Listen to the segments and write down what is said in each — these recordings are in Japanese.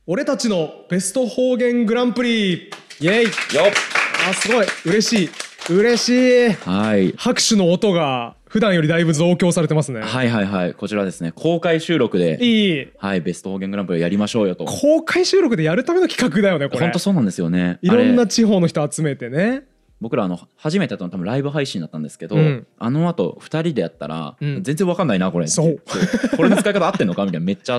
俺たちのベスト方言グランプリイエイ。 よっ。 あ、すごい嬉しい嬉しい。 はい。 拍手の音が普段よりだいぶ増強されてますね。 はいはいはい。こちらですね、公開収録で、 いい。 はい、ベスト方言グランプリやりましょうよと。 公開収録でやるための企画だよね、これ。 本当そうなんですよね。 いろんな地方の人集めてね。 僕ら初めてやったの多分ライブ配信だったんですけど、あの後2人でやったら、全然わかんないなこれ。 そうこれの使い方合ってんのかみたいなめっちゃあって。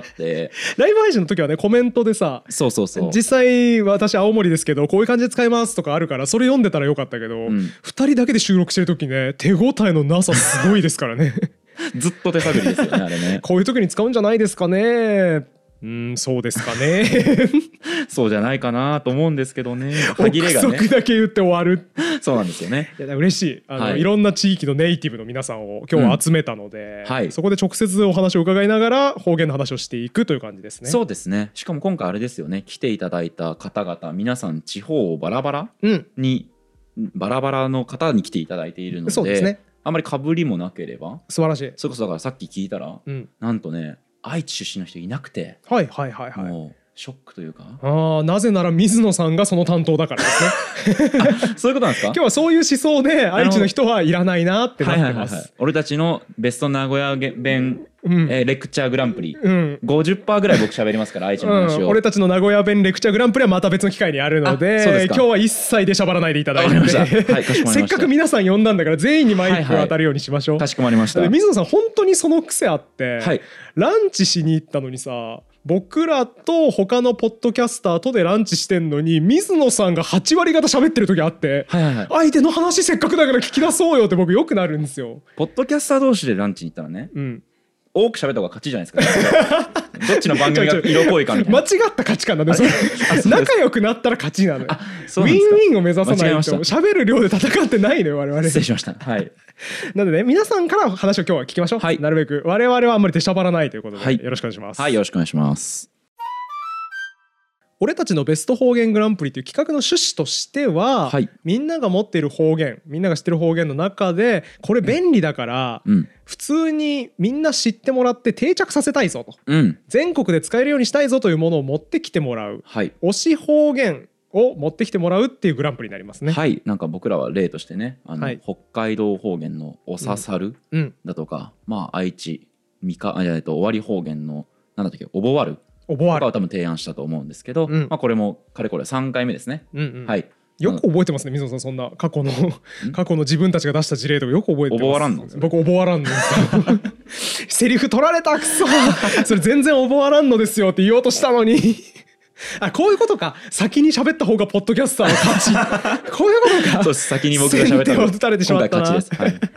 ライブ配信の時はね、コメントでさ、 そう実際私青森ですけどこういう感じで使いますとかあるからそれ読んでたらよかったけど、2人だけで収録してる時ね、手応えのなさすごいですからね。 ずっと手探りですよねあれね。 こういう時に使うんじゃないですかね。そうですかね。 そうじゃないかなと思うんですけどね。歯切れがね。 憶測だけ言って終わる。 そうなんですよね。 いや嬉しい。いろんな地域のネイティブの皆さんを今日は集めたので、そこで直接お話を伺いながら方言の話をしていくという感じですね。 そうですね。しかも今回あれですよね。来ていただいた方々皆さん地方をバラバラに、バラバラの方に来ていただいているので、そうですね。あんまり被りもなければ素晴らしい。 それこそだからさっき聞いたら、なんとね愛知出身の人いなくて、もうショックというか、 なぜなら水野さんがその担当だからですね。 そういうことなんですか。 今日はそういう思想で愛知の人はいらないなってなってます。 俺たちのベスト名古屋弁レクチャーグランプリ、50% ぐらい僕喋りますから愛知の話を。 俺たちの名古屋弁レクチャーグランプリはまた別の機会にあるので、今日は一切でしゃばらないでいただいて、せっかく皆さん呼んだんだから全員にマイクが当たるようにしましょう。 かしこまりました。 水野さん本当にその癖あって、ランチしに行ったのにさ、僕らと他のポッドキャスターとでランチしてんのに水野さんが8割方喋ってる時あって、相手の話せっかくだから聞き出そうよって僕よくなるんですよ。 ポッドキャスター同士でランチに行ったらね、多く喋った方が勝ちじゃないですか。どっちの番組が色濃いかみたいな。 間違った価値観なんですよ。仲良くなったら勝ちなのよ。ウィンウィンを目指さないと喋る量で戦ってないのよ我々。 失礼しました。はい。 なのでね、皆さんから話を今日は聞きましょう。なるべく我々はあんまり出しゃばらないということでよろしくお願いします。 はい、よろしくお願いします。 俺たちのベスト方言グランプリという企画の趣旨としては、みんなが持っている方言、みんなが知ってる方言の中でこれ便利だから、普通にみんな知ってもらって定着させたいぞと、全国で使えるようにしたいぞというものを持ってきてもらう、推し方言を持ってきてもらうっていうグランプリになりますね。 はい、なんか僕らは例としてね、北海道方言のおささるだとか、愛知尾張方言のなんだったっけ、おぼわるとかは多分提案したと思うんですけど、これもかれこれ3回目ですね。はい。 よく覚えてますね、水野さん。そんな過去の自分たちが出した事例とかよく覚えてます。 覚わらんの？ 僕覚わらんのですよ。セリフ取られたくそ。それ全然覚わらんのですよって言おうとしたのに。こういうことか。先に喋った方がポッドキャスターの勝ち。こういうことか。 そうです。先に僕が喋った方が先手を打たれてしまったな。 今回勝ちです。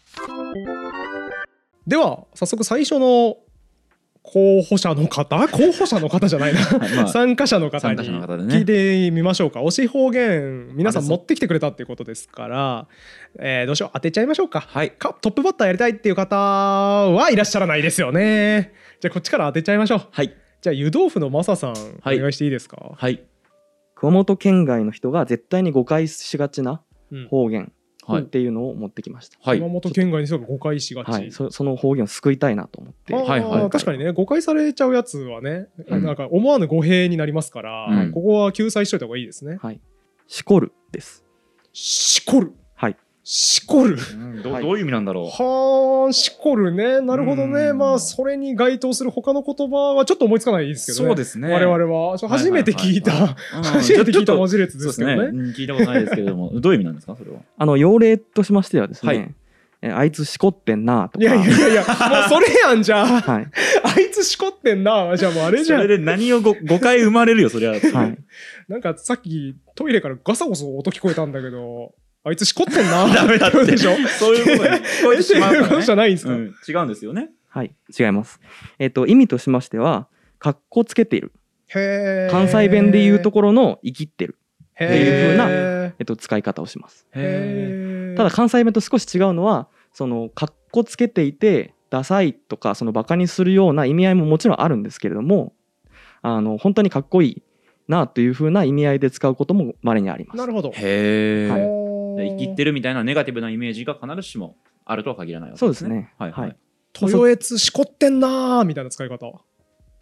では早速最初の候補者の方じゃないな、参加者の方に聞いてみましょうか。推し方言皆さん持ってきてくれたっていうことですから、どうしよう、当てちゃいましょうか。トップバッターやりたいっていう方はいらっしゃらないですよね。じゃあこっちから当てちゃいましょう。じゃあ湯豆腐のマサさん、お願いしていいですか。 熊本県外の人が絶対に誤解しがちな方言っていうのを持ってきました。 熊本県外の人が誤解しがち、 その方言を救いたいなと思って。 確かにね、誤解されちゃうやつはね、なんか思わぬ語弊になりますから、ここは救済しといた方がいいですね。 しこるです。 しこる。しこる。 どういう意味なんだろう。 しこるね。なるほどね。それに該当する他の言葉はちょっと思いつかないですけどね。 そうですね。 我々は初めて聞いた文字列ですけどね。 聞いたことないですけれども、どういう意味なんですかそれは。 用例としましてはですね、あいつしこってんなとか。 いや、もうそれやんじゃあ。あいつしこってんな。じゃあもうあれじゃん。 それで何を誤解生まれるよそれは。 なんかさっきトイレからガサゴソ音聞こえたんだけど。あいつしこってんな。 ダメだってでしょ。そういうことに聞こえてしまうからね。 じゃないんですか。 違うんですよね。 はい、違います。意味としましては、かっこつけている。関西弁で言うところの生きってるっていう風な使い方をします。ただ関西弁と少し違うのは、そのかっこつけていてダサいとかそのバカにするような意味合いももちろんあるんですけれども、本当にかっこいいなという風な意味合いで使うことも稀にあります。 なるほど。 へえ。生きってるみたいなネガティブなイメージが必ずしもあるとは限らないわけですね。 そうですね。 豊悦しこってんなーみたいな使い方。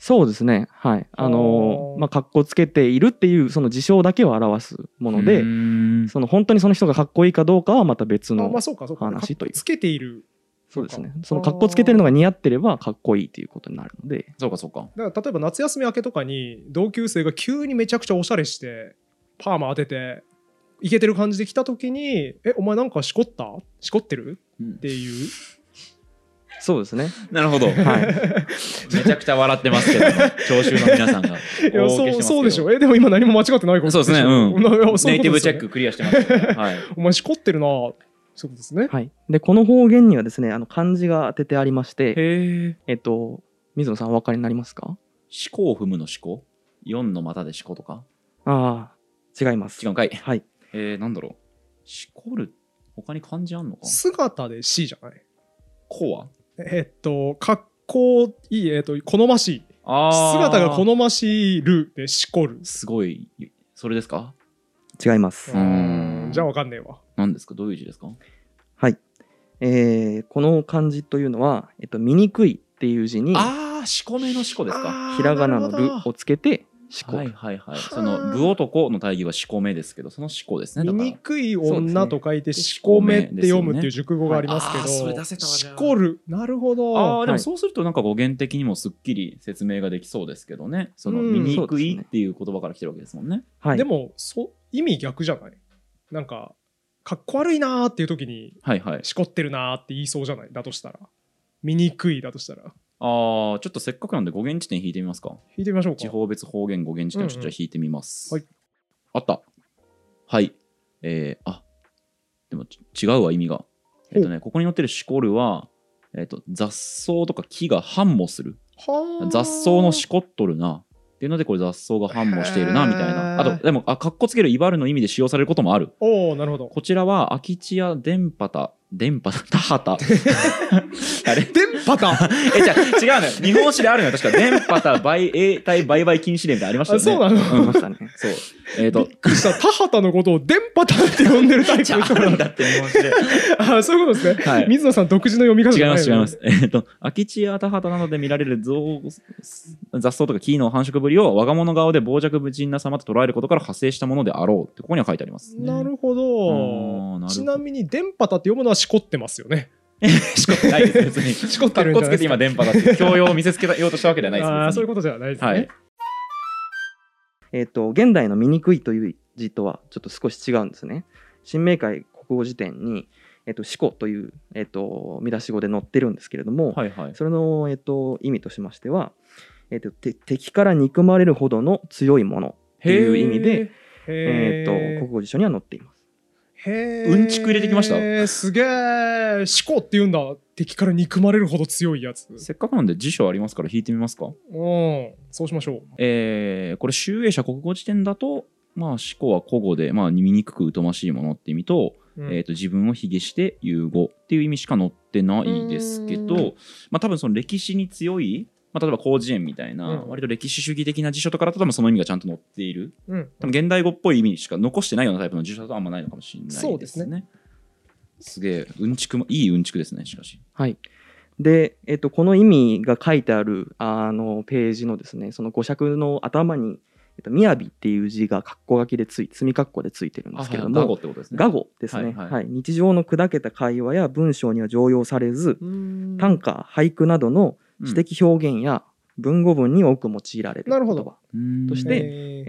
そうですね。はい。格好つけているっていうその事象だけを表すもので、その本当にその人がかっこいいかどうかはまた別の話という。 つけている。 そうですね。その格好つけてるのが似合ってればかっこいいということになるので。 そうかそうか。 だから例えば夏休み明けとかに同級生が急にめちゃくちゃおしゃれしてパーマ当ててイケてる感じで来た時に「お前なんかしこってる?」っていう。 そうですね。 なるほど。はい。めちゃくちゃ笑ってますけど、聴衆の皆さんが。いや、そうでしょ。でも今何も間違ってないことそうですね。ネイティブチェッククリアしてます。はい。 お前しこってるな。そうですね。 はい。でこの方言にはですね、漢字が当ててありまして、水野さんお分かりになりますか？ しこを踏むのしこ？4の股でしことか？ ああ、違います。 違うんかい。 はい。 なんだろう。しこる。他に漢字あんのか？ 姿でしじゃない。 こは？ かっこいい、好ましい。姿が好ましるでしこる。 すごい。それですか？ 違います。 じゃあわかんねえわ。 何ですか？どういう字ですか？ はい。この漢字というのは、醜いっていう字に、 しこめのしこですか？ ひらがなのるをつけて、しこ。 はいはいはい。その武男の大義はしこめですけど、そのしこですね。 醜い女と書いてしこめって読むっていう熟語がありますけど、 それ出せたわ。 しこる。なるほど。 でもそうするとなんか語源的にもすっきり説明ができそうですけどね。その醜いっていう言葉から来てるわけですもんね。 でも意味逆じゃない？なんかかっこ悪いなーっていう時にしこってるなーって言いそうじゃない？だとしたら醜いだとしたら。 ちょっとせっかくなんで語源辞典引いてみますか。 引いてみましょうか。 地方別方言語源辞典をちょっと引いてみます。 はい。 あった。はい。でも違うわ意味が。ここに載ってるしこるは、雑草とか木が繁茂する。雑草のしこっとるな。っていうのでこれ雑草が繁茂しているなみたいな。あとでもかっこつける威張るの意味で使用されることもある。 なるほど。 こちらは空き地や田畑田畑あれ電波だじゃ違うのよ。日本史であるのよ。確か電波た永代売買禁止令みたいなありましたよね。 そうなの。 ありましたね。 そう。 びっくりした。田畑のことを電波たって呼んでるタイプの人なんだって日本史で。 そういうことですね。はい、水野さん独自の読み方じゃないの。 違います。空き地や田畑などで見られる雑草とか木の繁殖ぶりを我が物顔で傍若無人な様と捉えることから派生したものであろうってここには書いてあります、ね。 なるほど。ちなみに電波たって読むのはしこってますよね。 しこってないです別に。 しこってるんじゃないですか。 かっこつけて今電波だって教養を見せつけようとしたわけではないです。 そういうことじゃないですね。はい、 現代の醜いという字とはちょっと少し違うんですね。新明解国語辞典にしこという、見出し語で載ってるんですけれども、 はいはい、 それの、意味としましては、敵から憎まれるほどの強いものという意味で、国語辞書には載っています。 うんちく入れてきました。 すげえ。しこって言うんだ。敵から憎まれるほど強いやつ。 せっかくなんで辞書ありますから引いてみますか。 そうしましょう。 これ集英社国語辞典だとしこは古語で醜く疎ましいものって意味と、自分を卑下して優語っていう意味しか載ってないですけど、多分その歴史に強い、例えば広辞苑みたいな、割と歴史主義的な辞書とかだと多分その意味がちゃんと載っている、多分現代語っぽい意味しか残してないようなタイプの辞書だとあんまないのかもしれないですね。そうですね。すげえいいうんちくですね。しかし。 はい。で、この意味が書いてあるページのですね、その語釈の頭に雅っていう字が括弧書きで積み括弧でついてるんですけれども、 雅語ってことですね。 雅語ですね。日常の砕けた会話や文章には常用されず、短歌俳句などの詩的表現や文語文に多く用いられる言葉として、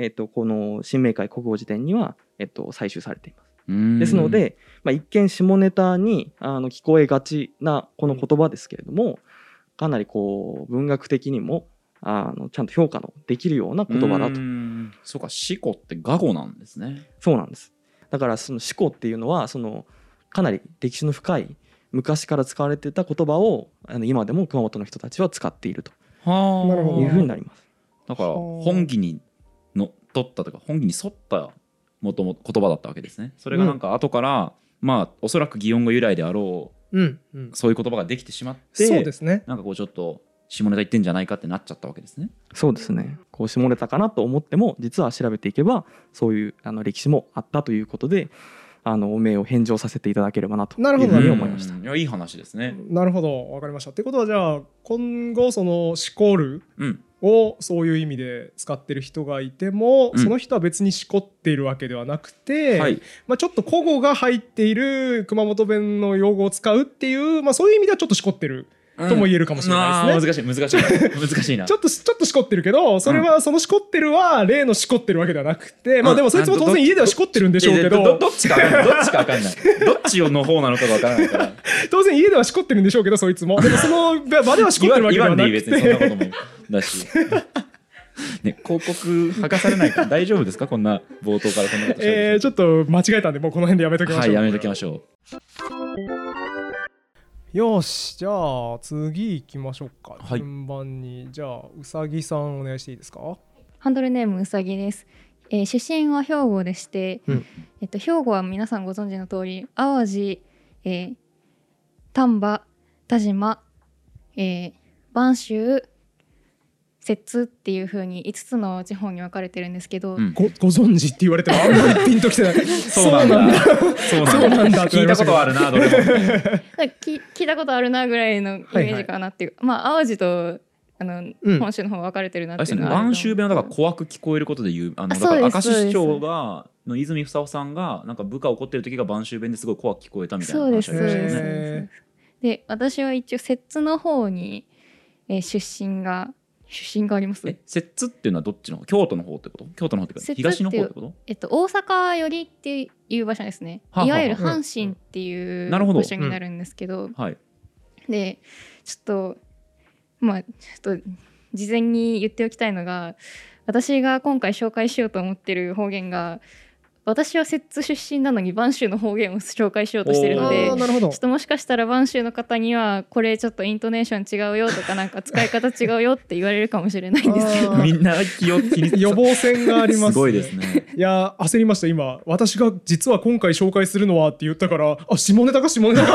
この新明解国語辞典には、採集されています。ですので、一見下ネタに聞こえがちなこの言葉ですけれども、かなりこう文学的にもちゃんと評価のできるような言葉だと。 そうか、しこって雅語なんですね。 そうなんです。だからそのしこっていうのはかなり歴史の深い昔から使われていた言葉を今でも熊本の人たちは使っているというふうになります。 だから本義にのっとったとか本義に沿ったもとも言葉だったわけですね。それがなんか後から、おそらく擬音語由来であろう、そういう言葉ができてしまって、 そうですね。 なんかこうちょっと下ネタ言ってんじゃないかってなっちゃったわけですね。 そうですね。こう下ネタかなと思っても実は調べていけばそういう歴史もあったということでお名を返上させていただければなというふうに思いました。 いや、いい話ですね。 なるほど、わかりました。ってことはじゃあ今後そのしこるをそういう意味で使ってる人がいても、その人は別にしこっているわけではなくて、ちょっと古語が入っている熊本弁の用語を使うっていう、そういう意味ではちょっとしこってるとも言えるかもしれないですね。 難しいな。 ちょっとしこってるけど、それはそのしこってるは例のしこってるわけではなくて、でもそいつも当然家ではしこってるんでしょうけど、 どっちか分かんない。どっちの方なのかが分からないから。 当然家ではしこってるんでしょうけど、そいつも。でもその場ではしこってるわけではなくて。 別にそんなこともだし。ね、広告剥がされないから大丈夫ですか、こんな冒頭からこんなことして。 ちょっと間違えたんで、もうこの辺でやめときましょう。 はい、やめときましょう。よし、じゃあ次行きましょうか。順番に、じゃあうさぎさんお願いしていいですか。 ハンドルネームうさぎです。出身は兵庫でして、兵庫は皆さんご存知の通り、淡路、丹波、田島、播州、摂津っていう風に5つの地方に分かれてるんですけど、 ご存知って言われてもあんまりピンときてない。 そうなんだ聞いたことあるな、どれも聞いたことあるなぐらいのイメージかなっていう、淡路と本州の方分かれてるなっていうのは播州弁はだから怖く聞こえることで言う、だから明石市長の泉房穂さんがなんか部下怒ってる時が播州弁ですごい怖く聞こえたみたいな話ありましたよね。 で、私は一応摂津の方に、出身があります。 摂津っていうのはどっちの方？京都の方ってこと？京都の方ってか東の方ってこと？ 大阪寄りっていう場所ですね。いわゆる阪神っていう場所になるんですけど、でちょっと事前に言っておきたいのが、私が今回紹介しようと思ってる方言が、私は摂津出身なのに播州の方言を紹介しようとしてるので、ちょっともしかしたら播州の方にはこれちょっとイントネーション違うよとか、なんか使い方違うよって言われるかもしれないんですけど、 みんな予防線がありますね。 すごいですね。 いや焦りました。今私が実は今回紹介するのはって言ったから、下ネタかと思って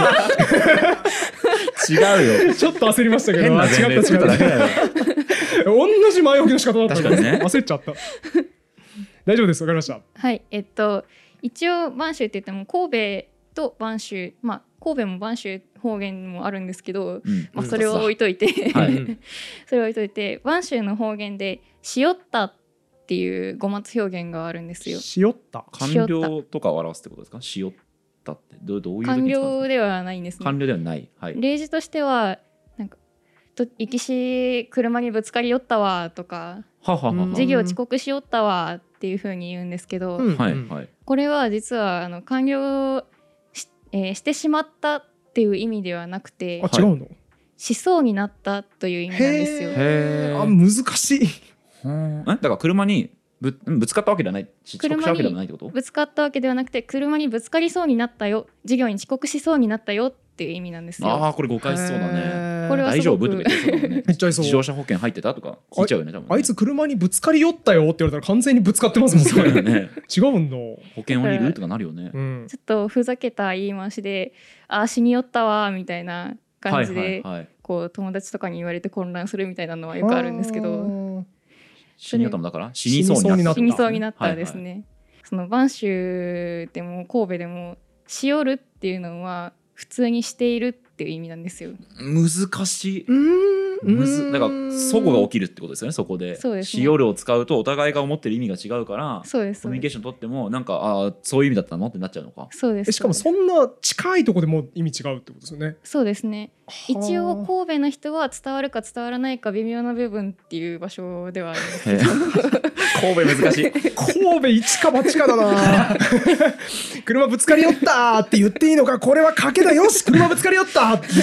違うよ。 ちょっと焦りましたけど、 変な前例作っただけだよ。 同じ前置きの仕方だったからね、 焦っちゃった。大丈夫です、わかりました。 はい、一応播州って言っても神戸と播州、神戸も播州方言もあるんですけど、それを置いといてそれを置いといて、播州の方言でしおったっていう語末表現があるんですよ。 しおった、 官僚とかを表すってことですか？しおったってどういう時に使うんですか？ 官僚ではないんですね。 官僚ではない、 例示としてはなんか行きし車にぶつかりよったわとか、授業遅刻しよったわっていう風に言うんですけど、これは実は完了 してしまったっていう意味ではなくて、 違うの？ しそうになったという意味なんですよ。 難しい。 だから車にぶつかったわけではない、遅刻したわけではないってこと？ ぶつかったわけではなくて、車にぶつかりそうになったよ、授業に遅刻しそうになったよっていう意味なんですよ。 これ誤解しそうだね。 これは大丈夫とか言ってそうだもんね。 めっちゃいそう。 自動車保険入ってたとか聞いちゃうよね、多分ね。 あいつ車にぶつかり寄ったよって言われたら完全にぶつかってますもんね。 そうだよね。 違うんだ。 保険降りるとかなるよね。 ちょっとふざけた言い回しで、死に寄ったわみたいな感じで、こう友達とかに言われて混乱するみたいなのはよくあるんですけど、 死に寄ったもだから死にそうになったですね。その播州でも神戸でもしおるっていうのは普通にしているっていう意味なんですよ。 難しい。だから齟齬が起きるってことですよね。そこでしおるを使うとお互いが思ってる意味が違うから、コミュニケーション取ってもなんかそういう意味だったのってなっちゃうのか。 そうです。 しかもそんな近いところでも意味違うってことですよね。 そうですね。一応神戸の人は伝わるか伝わらないか微妙な部分っていう場所ではありますけど神戸難しい。 神戸一か八かだな車ぶつかりよったって言っていいのか、これは賭けだ、よし車ぶつかりよったって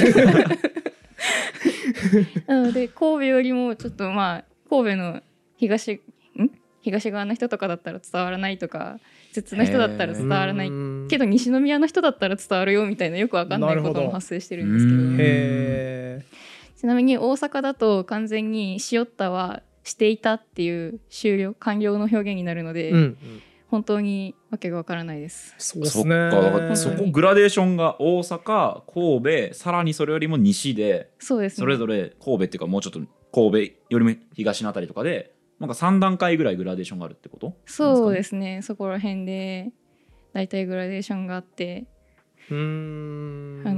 なので神戸よりもちょっと神戸の東側の人とかだったら伝わらないとか、摂津の人だったら伝わらないけど西宮の人だったら伝わるよみたいな、よくわかんないことも発生してるんですけど、ちなみに大阪だと完全にしよったはしていたっていう完了の表現になるので、本当にわけがわからないです。 そうですね。 そこグラデーションが大阪、神戸、さらにそれよりも西で、 そうですね、 それぞれ神戸っていうかもうちょっと神戸よりも東のあたりとかでなんか3段階ぐらいグラデーションがあるってこと？ そうですね。そこら辺でだいたいグラデーションがあって、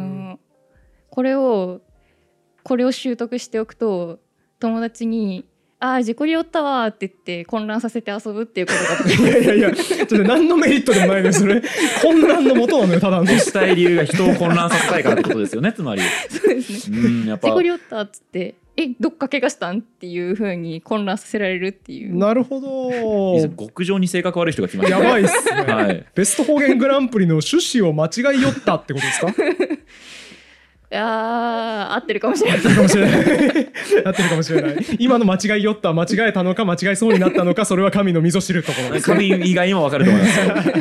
これを習得しておくと友達に事故りおったわって言って混乱させて遊ぶっていうことだと思います。いやいやちょっと何のメリットでもないですそれ混乱の元なのよただのしたい理由が人を混乱させたいからってことですよねつまり。 そうですね。やっぱ事故りおったっつってどっか怪我したんっていう風に混乱させられるっていう。 なるほど。 極上に性格悪い人が来ました、 ね、やばいっすね、はい、ベスト方言グランプリの趣旨を間違いよったってことですかいや合ってるかもしれない合ってるかもしれない今の間違いよった間違えたのか間違いそうになったのかそれは神の溝知るところです、 神以外にも分かると思います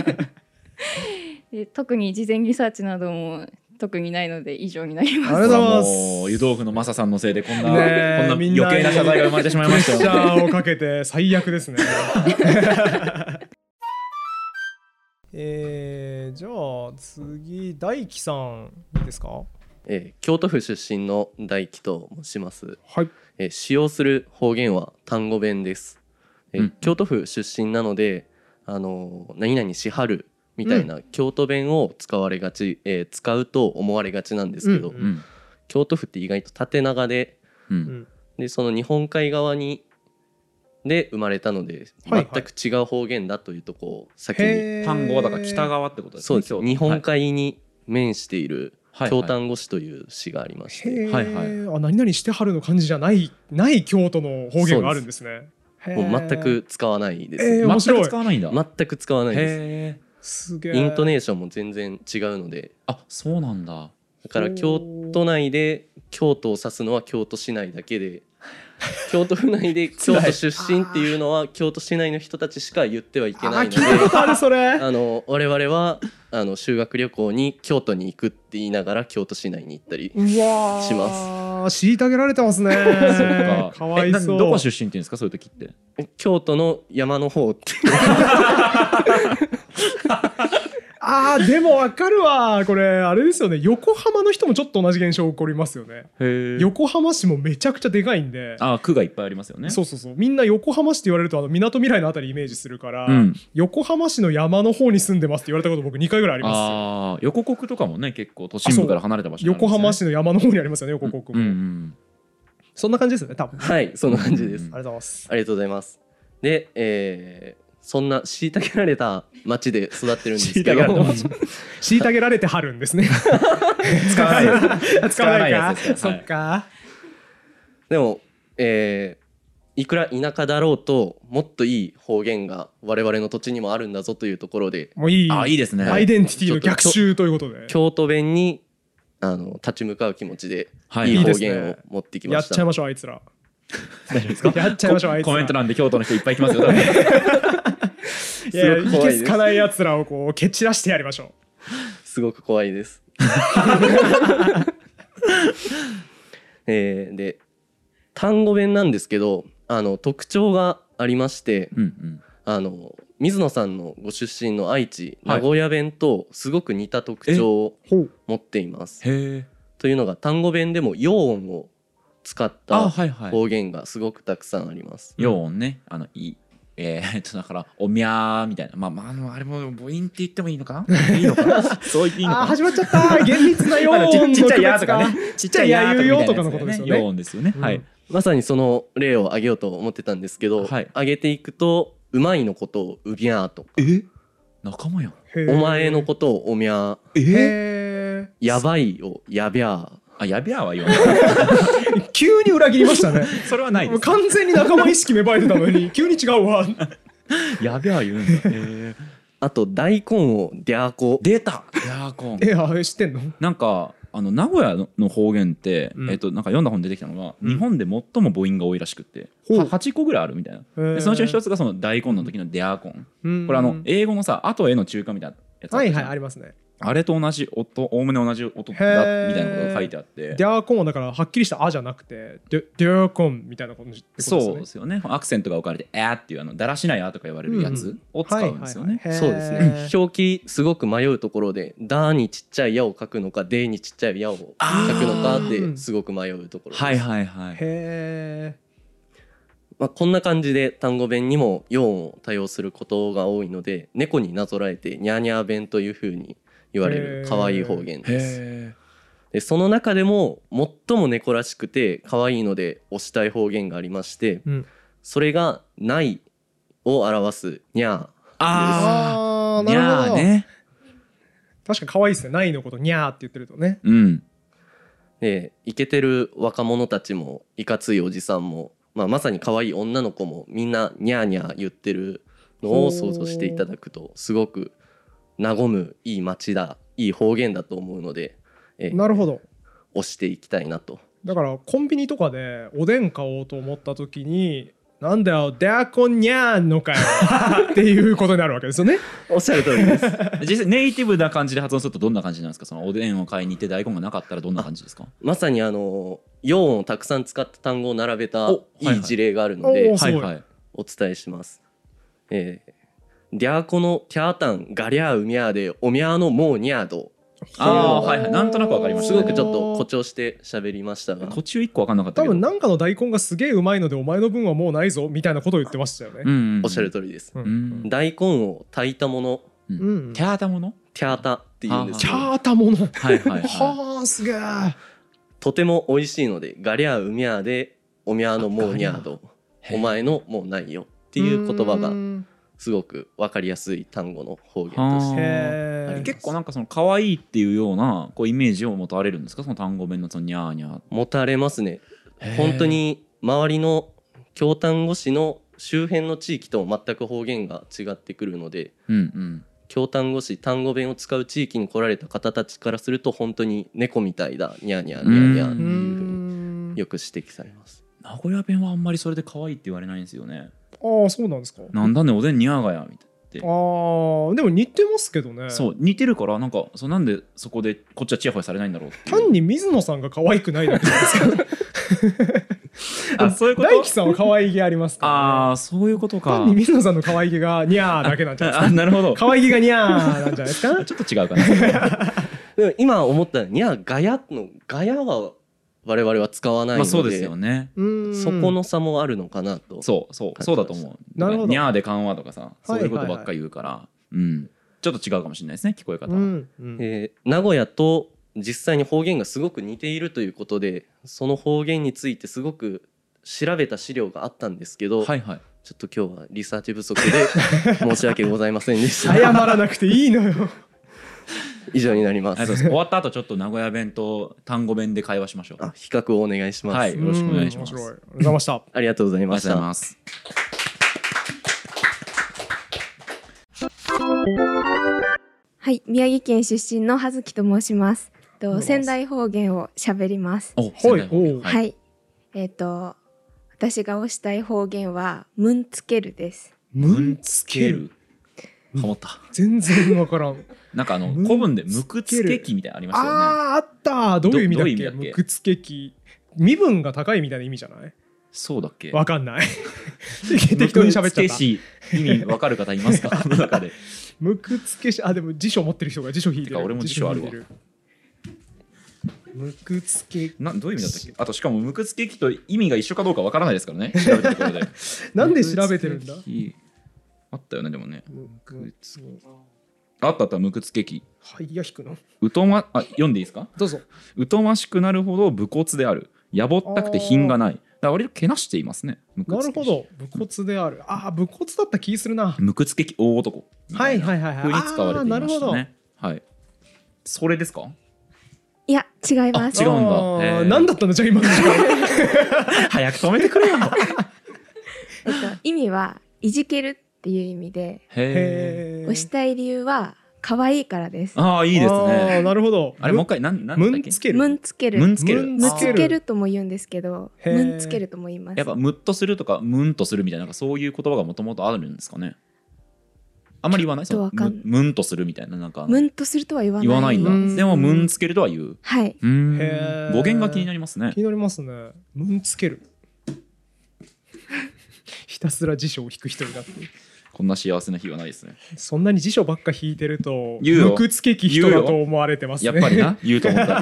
で特に事前リサーチなども特にないので以上になります。 ありがとうございます。 湯豆腐のマサさんのせいでこんな余計な謝罪が生まれてしまいましたよ。 プレッシャーをかけて最悪ですね。じゃあ次大輝さんいいですか。 京都府出身の大輝と申します。 はい。 使用する方言は単語弁です。京都府出身なので何々しはるみたいな京都弁を使うと思われがちなんですけど、京都府って意外と縦長で、でその日本海側で生まれたので全く違う方言だというとこを先に。 単語はだから北側ってことですね。 そうです。日本海に面している京丹後市という市がありまして、 何々してはるの感じじゃない京都の方言があるんですね。 もう全く使わないです。 面白い。 全く使わないんだ。 全く使わないです。 すげえ。 イントネーションも全然違うので。 そうなんだ。 だから京都内で京都を指すのは京都市内だけで、京都府内で京都出身っていうのは京都市内の人たちしか言ってはいけないので、我々は修学旅行に京都に行くって言いながら京都市内に行ったりします。 虐げられてますね。そうか。かわいそう。 どこ出身っていうんですかそういう時って。 京都の山の方って。 でも分かるわ。これあれですよね。横浜の人もちょっと同じ現象起こりますよね。横浜市もめちゃくちゃでかいんで。 区がいっぱいありますよね。 そうみんな横浜市って言われるとみなとみらいのあたりイメージするから、横浜市の山の方に住んでますって言われたこと僕2回ぐらいありますよ。 横国とかもね結構都心部から離れた場所なんですね。 横浜市の山の方にありますよね横国も。そんな感じですよね多分。 はい、そんな感じです。 ありがとうございます。 ありがとうございます。で、そんな虐げられた町で育ってるんですけど虐げられてはるんですね。 使わないか。 そっか。 でも、いくら田舎だろうともっといい方言が我々の土地にもあるんだぞというところで、 もういいですね。 アイデンティティの逆襲ということで京都弁に立ち向かう気持ちでいい方言を持ってきました。 やっちゃいましょうあいつら。 大丈夫ですか。 やっちゃいましょうあいつら。 コメント欄で京都の人いっぱい来ますよ。 いやいけすかないやつらをこう蹴散らしてやりましょう。 すごく怖いです。で単語弁なんですけど特徴がありまして、水野さんのご出身の愛知名古屋弁とすごく似た特徴を持っています。というのが単語弁でも陽音を使った方言がすごくたくさんあります。 陽音ね、だからおみゃーみたいな、あれも母音って言ってもいいのかな、いいのかな、そう言っていいのかな。 始まっちゃった。厳密な陽音のちっちゃいやとかね、 ちっちゃいやゆよとかのことですよね。 陽音ですよね。はい。 まさにその例を挙げようと思ってたんですけど、挙げていくとうまいのことをうびゃーとか、 仲間やん。 お前のことをおみゃー、やばいをやびゃー。 やびゃーは言わない。 急に裏切りましたね。 それはないです。 完全に仲間意識芽生えてたのに急に違うわ。 やびゃー言うんだ。 あと大根をデャーコ。 出た。デャーコン。 知ってんの？ なんか名古屋の方言って、なんか読んだ本出てきたのが、日本で最も母音が多いらしくて、8個ぐらいあるみたいな。でそのうちの一つがその大根の時のデャーコン。これ英語のさ後への中華みたいなやつ。 ありますね。 あれと同じ音、おおむね同じ音だみたいなことが書いてあって、 デャーコンはだからはっきりした「あ」じゃなくてデャーコンみたいなことってことですね。 そうですよね。アクセントが置かれて「あ」っていうだらしない「あ」とか言われるやつを使うんですよね。 そうですね。表記すごく迷うところで「だ」にちっちゃい「や」を書くのか「で」にちっちゃい「や」を書くのかってすごく迷うところです。 はいはいはい。 へー。こんな感じで単語弁にも陽音を多用することが多いので、猫になぞらえてニャーニャー弁というふうに言われる可愛い方言です。でその中でも最も猫らしくて可愛いので推したい方言がありまして、 それがないを表すにゃー。 あー、なるほどね。確かに可愛いですね。ないのことにゃーって言ってるとね。 うん。 でイケてる若者たちもいかついおじさんも、まさに可愛い女の子もみんなにゃーにゃー言ってるのを想像していただくとすごく和むいい街だ、いい方言だと思うので、 なるほど、 推していきたいなと。 だからコンビニとかでおでん買おうと思った時になんだよデアコンニャーンのかよっていうことになるわけですよね。 おっしゃる通りです。 実際ネイティブな感じで発音するとどんな感じなんですか？そのおでんを買いに行って大根がなかったらどんな感じですか？ まさに用音をたくさん使った単語を並べたいい事例があるので、お伝えします。ディアコのティアータンガリャーウミャーでおみゃーのもうニャード。 なんとなくわかりました。 すごくちょっと誇張して喋りましたが、 途中一個わかんなかったけど、 多分なんかの大根がすげえうまいのでお前の分はもうないぞみたいなことを言ってましたよね。 おっしゃる通りです。大根を炊いたもの、 ティャータもの、 ティャータっていうんです。 ティャータもの、 はあすげえ。 とても美味しいのでガリャーウミャーでおみゃーのもうニャード、お前のもうないよっていう言葉がすごく分かりやすい単語の方言としてあります。 結構なんかその可愛いっていうようなこうイメージを持たれるんですか？その単語弁のそのニャーニャー。 持たれますね。本当に周りの京丹後市の周辺の地域と全く方言が違ってくるので、京丹後市単語弁を使う地域に来られた方たちからすると本当に猫みたいだニャーニャーニャーニャーっていうふうによく指摘されます。 名古屋弁はあんまりそれで可愛いって言われないんですよね。 ああそうなんですか。 なんだねおでんニャーがやみたいな。 あーでも似てますけどね。 そう似てるからなんかなんでそこでこっちはチヤホヤされないんだろうっていう。 単に水野さんが可愛くないだけなんですか。 そういうこと。 大輝さんは可愛げありますから、ね、 ああそういうことか。 単に水野さんの可愛げがニャーだけなんじゃないですか。 なるほど。 可愛げがニャーなんじゃないですか。 ちょっと違うかな。 でも今思ったニャーガヤのガヤは我々は使わないので、 そうですよね。 そこの差もあるのかなと。 そうだと思う。 なるほど。 ニャーで緩和とかさ、そういうことばっかり言うから、ちょっと違うかもしれないですね、聞こえ方。 名古屋と実際に方言がすごく似ているということで、その方言についてすごく調べた資料があったんですけど、ちょっと今日はリサーチ不足で申し訳ございませんでした。 謝らなくていいのよ。 以上になります。 終わった後ちょっと名古屋弁と単語弁で会話しましょう。 比較をお願いします。 はい、よろしくお願いします。 ありがとうございました。 ありがとうございました。 はい、宮城県出身の葉月と申します。仙台方言を喋ります。はい。私が推したい方言はムンつけるです。 ムンつける。 ハモった。 全然わからん。 なんか古文でむくつけきみたいなのありましたよね。 あった。どういう意味だっけ？むくつけき。身分が高いみたいな意味じゃない？ そうだっけ？ わかんない。適当に喋っちゃった。 意味わかる方いますか？の中で。 むくつけし、でも辞書持ってる人が辞書引いてる。 俺も辞書あるわ。 むくつけどういう意味だったっけ？あとしかもむくつけきと意味が一緒かどうかわからないですからね。調べたところで。 なんで調べてるんだ？ あったよねでもね。あったむくつけき。 はいや引くの。 読んでいいですか？ どうぞ。 疎ましくなるほど武骨である。やぼったくて品がない。だから割とけなしていますね。 なるほど。武骨である。武骨だった気するな。 むくつけき大男。 はい。 風に使われていましたね。はい。それですか？ いや違います。 違うんだ。 何だったのじゃあ今の時間。 早く止めてくれよ。 意味はいじけるっていう意味で、推したい理由は可愛いからです。 いいですね。 なるほど。 あれもう一回なんだっけ？ ムンつける。ムンつけるとも言うんですけど、ムンつけるとも言います。 やっぱムッとするとかムンとするみたいなそういう言葉がもともとあるんですかね。あんまり言わない。ムンとするみたいななんか。 ムンとするとは言わないんだ。でもムンつけるとは言う。 はい。 語源が気になりますね。 気になりますね。ムンつける。ひたすら辞書を引く人になって。 こんな幸せな日はないですね。 そんなに辞書ばっか引いてるとむくつけき人だと思われてますね。 やっぱりな言うと思った。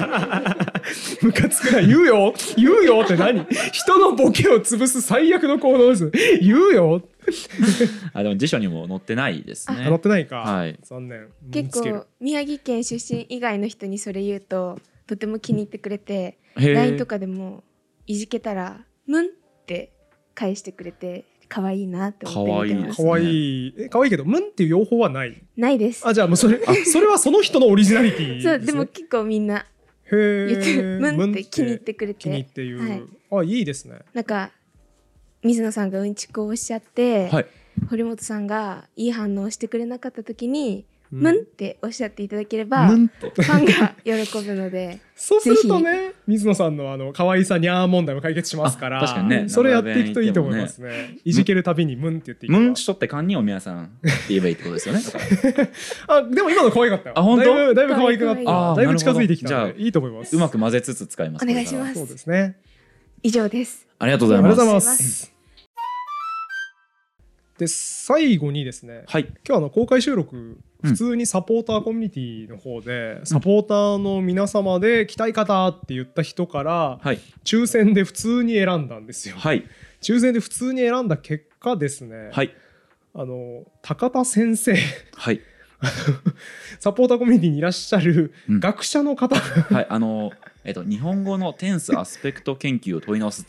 むかつくな言うよって何？人のボケを潰す最悪の行動です。言うよ。 でも辞書にも載ってないですね。 載ってないか。 はい。 残念。 結構宮城県出身以外の人にそれ言うととても気に入ってくれて、LINE とかでもいじけたらムンって返してくれて可愛いなって思って見てます。 可愛いけどムンっていう用法はないです。 じゃあもうそれはその人のオリジナリティですね。 そうでも結構みんな言ってムンって気に入ってくれて、 気に入っていう、いいですね。 なんか水野さんがうんちくをおっしゃって、堀本さんがいい反応をしてくれなかった時にムンっておっしゃっていただければファンが喜ぶのでそうするとね水野さんの可愛さニャー問題も解決しますから、 確かにね、 それやっていくといいと思いますね。いじけるたびにムンって言っていい。 ムンしとって堪忍を皆さんって言えばいいってことですよね。 でも今の可愛かったよ。 本当？ だいぶ可愛くなった。だいぶ近づいてきたのでいいと思います。 うまく混ぜつつ使います。 お願いします。 そうですね。 以上です。 ありがとうございます。 で最後にですね、今日公開収録普通にサポーターコミュニティの方で、サポーターの皆様で来たい方って言った人から、抽選で普通に選んだんですよ。抽選で普通に選んだ結果ですね、高田先生、サポーターコミュニティにいらっしゃる学者の方、 日本語のテンスアスペクト研究を問い直す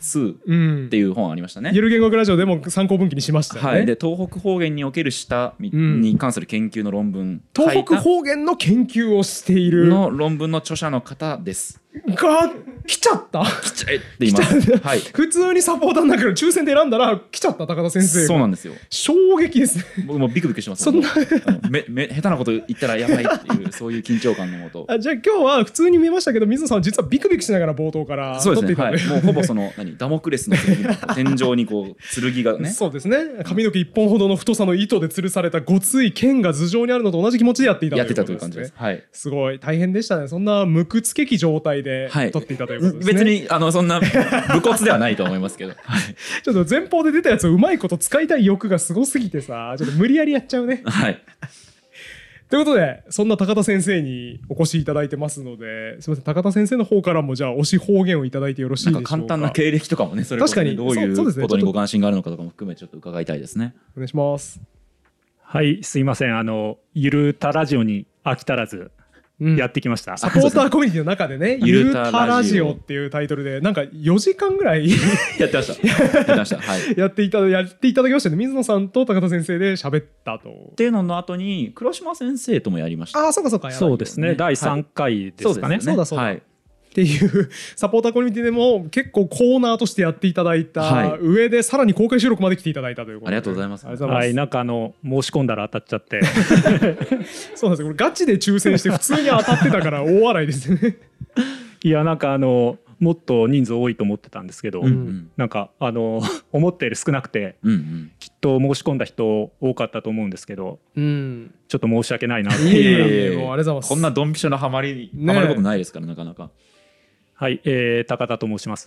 2っていう本ありましたね。 ゆる言語学ラジオでも参考文献にしましたよね。 で東北方言における舌に関する研究の論文、 東北方言の研究をしているの論文の著者の方ですが来ちゃった来ちゃえって言います。 普通にサポーターの中で抽選で選んだら来ちゃった高田先生が。 そうなんですよ。 衝撃ですね。 僕もビクビクしてます。そんな下手なこと言ったらやばいっていうそういう緊張感のもと。 じゃあ今日は普通に見えましたけど水野さんは実はビクビクしながら冒頭から撮っていた。 もうほぼそのダモクレスの剣天井にこう剣がね。 そうですね。髪の毛1本ほどの太さの糸で吊るされたごつい剣が頭上にあるのと同じ気持ちでやっていたということですね。 という感じです。 すごい大変でしたね。そんな無屈的状態で撮っていたということですね。 別にそんな武骨ではないと思いますけど、 ちょっと前方で出たやつをうまいこと使いたい欲がすごすぎてさ、ちょっと無理やりやっちゃうね。ということでそんな高田先生にお越しいただいてますので、すみません高田先生の方からもじゃあ推し方言をいただいてよろしいでしょうか。 簡単な経歴とかもね、それこそ、ね、どういうことにご関心があるのかとかも含めちょっと伺いたいですね。 お願いします。 はい、すいませんゆるたラジオに飽き足らずやってきました。 サポーターコミュニティの中でね、ゆるたラジオっていうタイトルでなんか4時間ぐらいやってました。 やっていただきましたね。水野さんと高田先生で喋ったと。 っていうのの後に黒島先生ともやりました。 そうか。 そうですね。第3回ですかね。 そうだ。っていうサポーターコミュニティでも結構コーナーとしてやっていただいた上でさらに公開収録まで来ていただいたということで、 ありがとうございます。 なんか申し込んだら当たっちゃってそうなんですよ。これガチで抽選して普通に当たってたから大笑いですね。 いやなんかもっと人数多いと思ってたんですけど、なんか思ったより少なくて、きっと申し込んだ人多かったと思うんですけど、ちょっと申し訳ないなっていう。 もうありがとうございます。 こんなドンピシャなハマることないですからなかなか。 はい、高田と申します。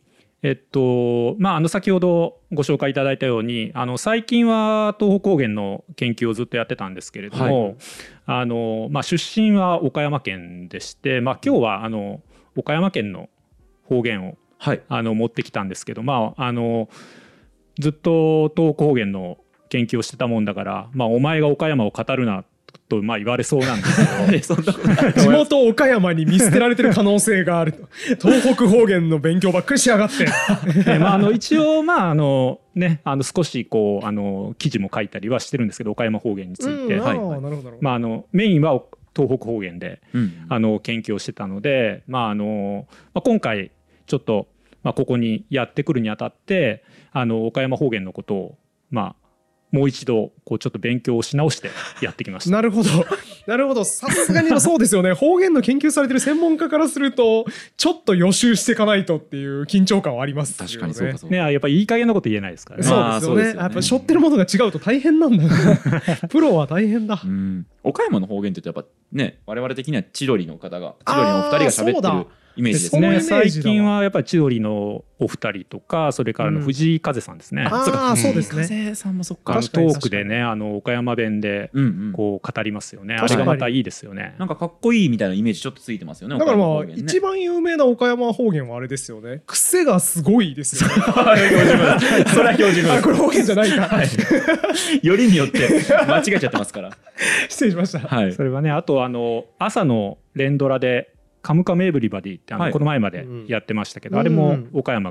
先ほどご紹介いただいたように最近は東北方言の研究をずっとやってたんですけれども、出身は岡山県でして、今日は岡山県の方言を、持ってきたんですけど、ずっと東北方言の研究をしてたもんだから、お前が岡山を語るなと言われそうなんですけど地元岡山に見捨てられてる可能性があると。東北方言の勉強ばっかりしやがって一応少し記事も書いたりはしてるんですけど、岡山方言について、メインは東北方言で、研究をしてたので、今回ちょっと、ここにやってくるにあたって岡山方言のことをもう一度ちょっと勉強をし直してやってきました。 なるほど。さすがにそうですよね。方言の研究されてる専門家からするとちょっと予習していかないとっていう緊張感はありますよね。 確かにそうか。 やっぱりいい加減なこと言えないですからね。 そうですよね。やっぱ背負ってるものが違うと大変なんだプロは大変だ。 岡山の方言って言うとやっぱね、我々的には千鳥のお二人が喋ってるイメージですね。 最近はやっぱり千鳥のお二人とか、それから藤井風さんですね。 そうですね。 風さんもそっか。 トークでね岡山弁で語りますよね。あれがまたいいですよね。 なんかかっこいいみたいなイメージちょっとついてますよね。 だから一番有名な岡山方言はあれですよね。癖がすごいですよね。 それは標準語。 これ方言じゃないか。 よりによって間違えちゃってますから。 失礼しました。 それはね、あと朝の連ドラでカムカムエブリバディってこの前までやってましたけど、あれも岡山が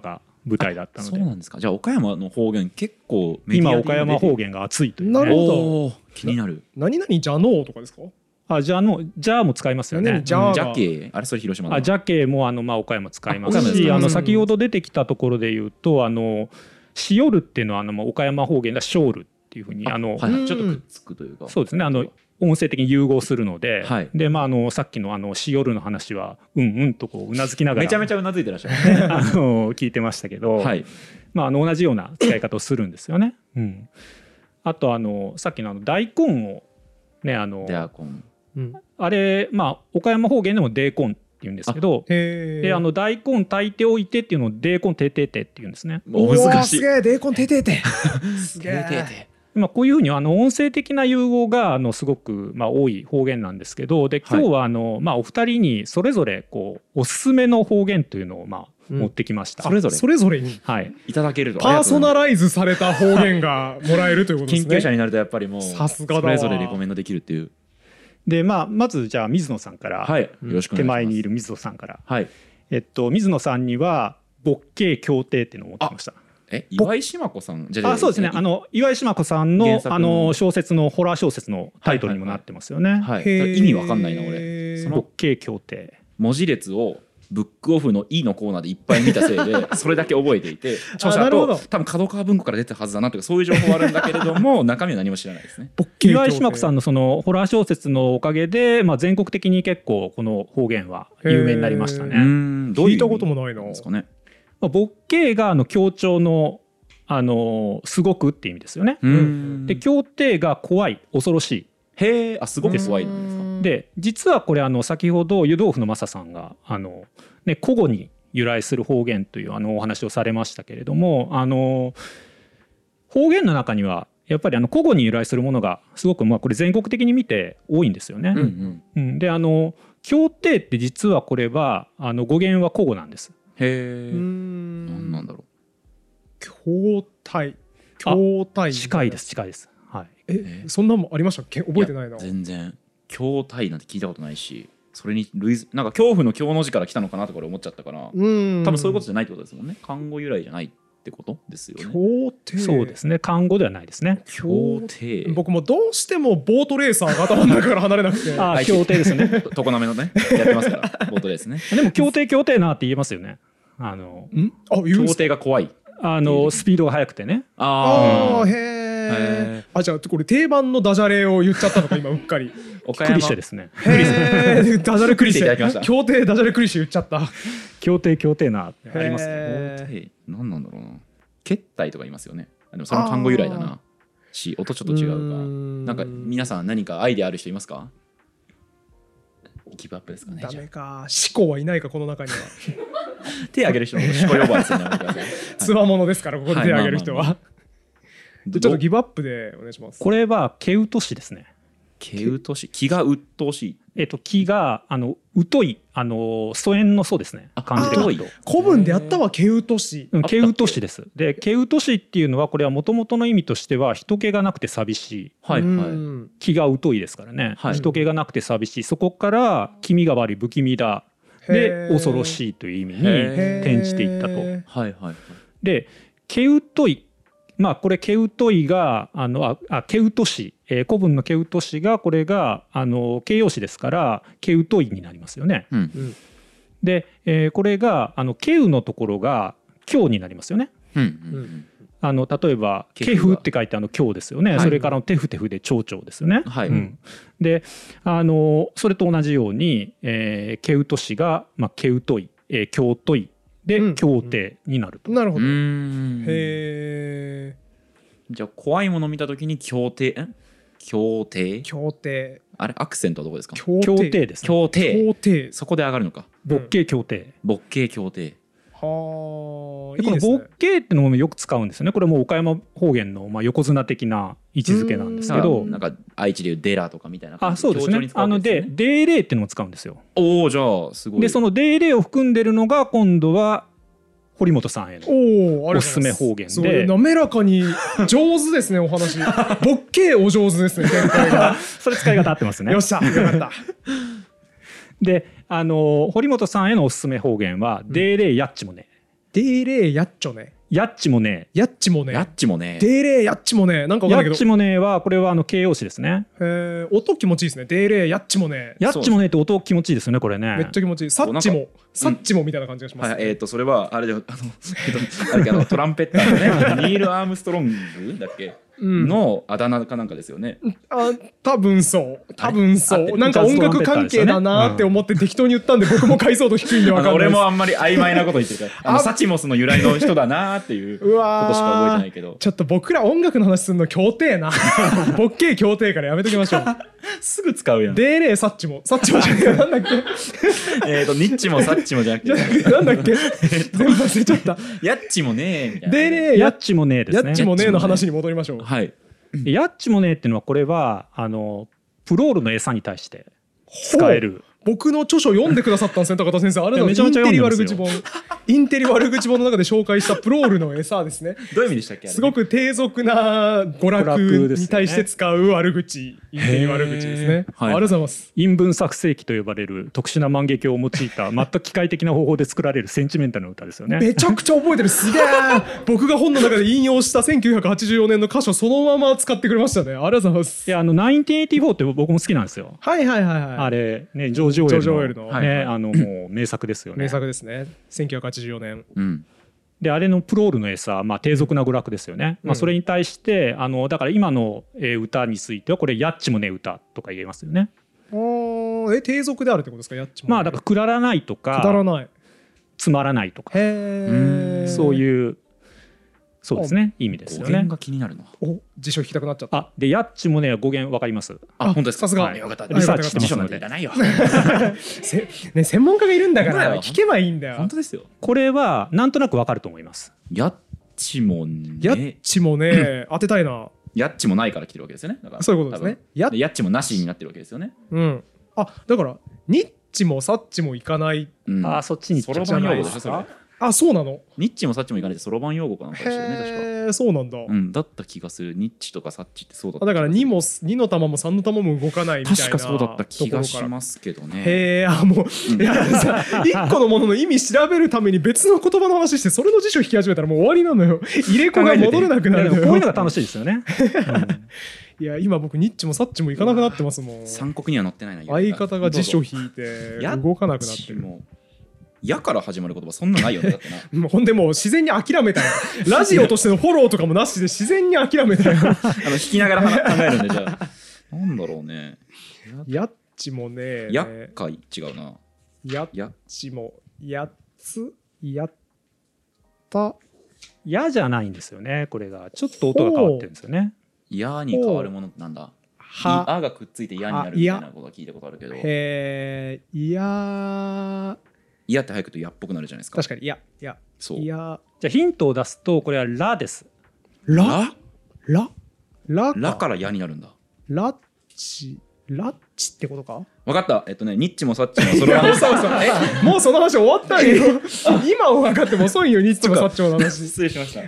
舞台だったので。 そうなんですか。じゃあ岡山の方言結構今岡山方言が熱いという、ね、 なるほど。 気になる。 何々じゃのーとかですか？ じゃあも使いますよね。 ジャケ、あれそれ広島の。 ジャケも岡山使いますし、先ほど出てきたところで言うとしおるっていうのは岡山方言がしょうるっていうふうにちょっとくっつくというか。 そうですね。音声的に融合するので、でさっきのしおるの話はとこうなずきながらめちゃめちゃうなずいてらっしゃる聞いてましたけど、同じような使い方をするんですよね。あとさっきの大根をねあれ岡山方言でもデーコンって言うんですけど、で大根炊いておいてっていうのをデーコンてててって言うんですね。 難しい。すげえデーコンててて。すげえ。 こういうふうに音声的な融合がすごく多い方言なんですけど、で今日はお二人にそれぞれこうおすすめの方言というのを持ってきました。 それぞれにいただけるとパーソナライズされた方言がもらえるということですね。 研究者になるとやっぱりもうさすがだそれぞれレコメンドできるっていう。 でまずじゃあ水野さんから、 よろしくお願いします。 手前にいる水野さんから、水野さんには勃起協定っていうのを持ってきました。 岩井島子さんそうですね。岩井島子さんの小説のホラー小説のタイトルにもなってますよね。 意味わかんないな俺。 その勃起協定文字列をブックオフの E のコーナーでいっぱい見たせいでそれだけ覚えていて、著者と多分角川文庫から出てるはずだなとかそういう情報はあるんだけれども中身は何も知らないですね。 岩井島子さんのそのホラー小説のおかげで全国的に結構この方言は有名になりましたね。 聞いたこともないな。 ですかね。 勃起が強調のすごくって意味ですよね。で協定が怖い恐ろしい。 すごく怖いなんですか。 で実はこれ先ほど湯豆腐のマサさんが古語に由来する方言というお話をされましたけれども、方言の中にはやっぱり古語に由来するものがすごくこれ全国的に見て多いんですよね。で協定って実はこれは語源は古語なんです。 何なんだろう。 筐体近いです。 そんなもありましたっけ？覚えてないな。 全然筐体なんて聞いたことないし、それになんか恐怖の恐の字から来たのかなとか思っちゃったから、多分そういうことじゃないってことですもんね。漢語由来じゃないってことですよね。 そうですね。漢語ではないですね。 協定。 僕もどうしてもボートレーサーが頭の中から離れなくて。 協定ですね。 常滑のねやってますからボートレースね。 でも協定なって言えますよね。 協定が怖い。 スピードが速くてね。 じゃあこれ定番のダジャレを言っちゃったのか今うっかり。 クリシェですね。 ダジャレクリシェ。協定ダジャレクリシェ言っちゃった。 協定なってありますね。 何なんだろうな。決体とか言いますよね。でもその漢語由来だな。音ちょっと違うか。なんか皆さん何かアイデアある人いますか？ギブアップですかね。 ダメか。思考はいないかこの中には。 手挙げる人の思考呼ばわりするのやめてください。 つわものですからここで手挙げる人は。ちょっとギブアップでお願いします。 これは毛うとしですね。 毛うとし、気がうっとうしい。 気が疎い疎遠の疎ですね。漢字で書くと。 古文でやったは毛うとし。 毛うとしです。で毛うとしっていうのはこれは元々の意味としては人気がなくて寂しい。気が疎いですからね。人気がなくて寂しい。そこから気味が悪い不気味だ。で恐ろしいという意味に転じていったと。で毛うとい。これ毛うといが毛うとし、古文の毛うとしがこれが形容詞ですから毛うといになりますよね。で、これが毛うのところが強になりますよね。例えば毛布って書いて強ですよね。それからテフテフで蝶々ですよね。でそれと同じように毛うとしが毛うとい強といで協定になると。 なるほど。 じゃあ怖いものを見たときに協定あれアクセントはどこですか？ 協定ですね。 協定そこで上がるのか。 勃起協定。 勃起協定。 この勃起ってのもよく使うんですよね。これも岡山方言の横綱的な位置づけなんですけど、 なんか愛知でいうデラとかみたいな感じで強調に使うわけですね。でデーレーっていうのも使うんですよ。 じゃあすごい。 でそのデーレーを含んでるのが今度は堀本さんへのおすすめ方言で、 滑らかに上手ですねお話。勃起お上手ですね展開が。 それ使い方合ってますね。 よっしゃよかった。 で堀本さんへのおすすめ方言はデーレーやっちもね。 デーレーヤッチョね。 ヤッチもね。 ヤッチもね。 ヤッチもね。 デーレーヤッチもね。なんかわかんないけど。 ヤッチもねはこれは形容詞ですね。 音気持ちいいですね。デーレーヤッチもね。 ヤッチもねって音気持ちいいですよねこれね。 めっちゃ気持ちいい。サッチもみたいな感じがします。 はい、それはあれでトランペッターのねニール・アームストロングだっけ。のあだ名かなんかですよね。 多分そうなんか音楽関係だなって思って適当に言ったんで僕も解像度低いんで分かんないです。 俺もあんまり曖昧なこと言ってるからサチモスの由来の人だなっていうことしか覚えてないけど。 ちょっと僕ら音楽の話するの協定なボッケー協定からやめときましょう。 すぐ使うやん。 デーレーサッチもじゃなくてなんだっけニッチもサッチもじゃなくてなんだっけ全部忘れちゃった。 ヤッチもねみたいな。 デーレーヤッチもねですね。 ヤッチもねの話に戻りましょう。 はい。 ヤッチもねっていうのはこれはプロールの餌に対して使える。 僕の著書読んでくださったんですね高田先生。あれのインテリ悪口本の中で紹介したプロールの餌ですね。 どういう意味でしたっけ。 すごく低俗な娯楽に対して使う悪口、インテリ悪口ですね。ありがとうございます。 陰文作成記と呼ばれる特殊な万華鏡を用いた全く機械的な方法で作られるセンチメンタルな歌ですよね。 めちゃくちゃ覚えてる。すげえ僕が本の中で引用した1984年の歌詞そのまま使ってくれましたね。ありがとうございます。 いや1984って僕も好きなんですよ。 はいあれねジョージ・オーエルのねもう名作ですよね。 名作ですね。1984年。 であれのプロールの餌、低俗な娯楽ですよね。それに対してだから今の歌についてはこれヤッチもね歌とか言えますよね。 低俗であるってことですか。ヤッチもね。 だからくだらないとかくだらないつまらないとかそういうそうですね意味ですよね。 語源が気になるな。 辞書引きたくなっちゃった。 でヤッチもね語源わかります。 本当ですか。 さすが。 よかった。 リサーチしてますので。 いらないよ。 ね専門家がいるんだから聞けばいいんだよ。 本当ですよ。 これはなんとなくわかると思います。 ヤッチもね。 ヤッチもね当てたいな。 ヤッチもないから来てるわけですよね。だからそういうことですね。 ヤッチもなしになってるわけですよね。 だからニッチもサッチもいかない。 そっちにそろばん用語でしょそれ。 そうなの。 ニッチもサッチもいかないってそろばん用語かなんかでしたよね確か。 そうなんだ。 だった気がする。ニッチとかサッチってそうだった。 だから2の玉も3の玉も動かないみたいな。 確かそうだった気がしますけどね。 もう1個のものの意味調べるために別の言葉の話してそれの辞書引き始めたらもう終わりなのよ。入れ子が戻れなくなるのよ。 こういうのが楽しいですよね。 いや今僕ニッチもサッチもいかなくなってますもん。 三国には載ってないな。 相方が辞書引いて動かなくなってる。 やから始まる言葉そんなないよねだってな。ほんでもう自然に諦めたよ。ラジオとしてのフォローとかもなしで自然に諦めたよ。 弾きながら考えるんでじゃあなんだろうね。 やっちもね。 厄介違うな。 やっちもやつやったやじゃないんですよね。これがちょっと音が変わってるんですよね。 やに変わるものなんだ。あがくっついてやになるみたいなことは聞いたことあるけど。いやって早くとやっぽくなるじゃないですか。 確かにいやそう。 じゃあヒントを出すとこれはラです。 ララからやになるんだ。 ラッチってことか。 分かった。ニッチもサッチもそれはもうその話終わったよ。今は分かっても遅いよ。ニッチもサッチもの話。 失礼しました。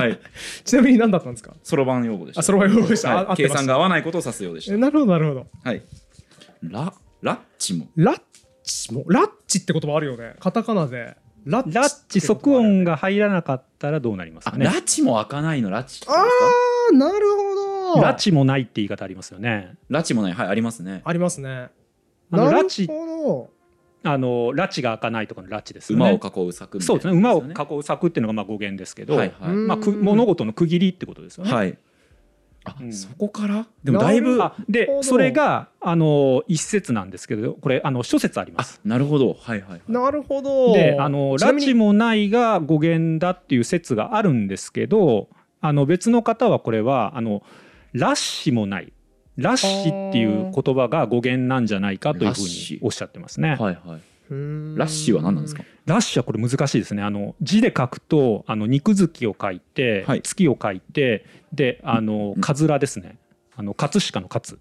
はい。 ちなみに何だったんですか。 そろばん用語でした。 そろばん用語でした。 計算が合わないことを指すようでした。 なるほどなるほど。 はい。ラッチもラッチって言葉あるよね。カタカナでラッチ即音が入らなかったらどうなりますかね。 ラチも開かないのラチ。 なるほど。 ラチもないって言い方ありますよね。 ラチもない。ありますね。 ありますね。 ラチラチが開かないとかのラチですよね。 馬を囲う柵みたいな。 そうですね。馬を囲う柵っていうのが語源ですけど、物事の区切りってことですよね。 はい。そこからでもだいぶでそれが一節なんですけどこれ諸説あります。 なるほど。 なるほど。 でラチもないが語源だっていう説があるんですけど別の方はこれはラッシもないラッシっていう言葉が語源なんじゃないかというふうにおっしゃってますね。 ラッシは何なんですか。 ラッシはこれ難しいですね。字で書くと肉付きを書いて、月を書いてでかずらですね。葛飾の葛。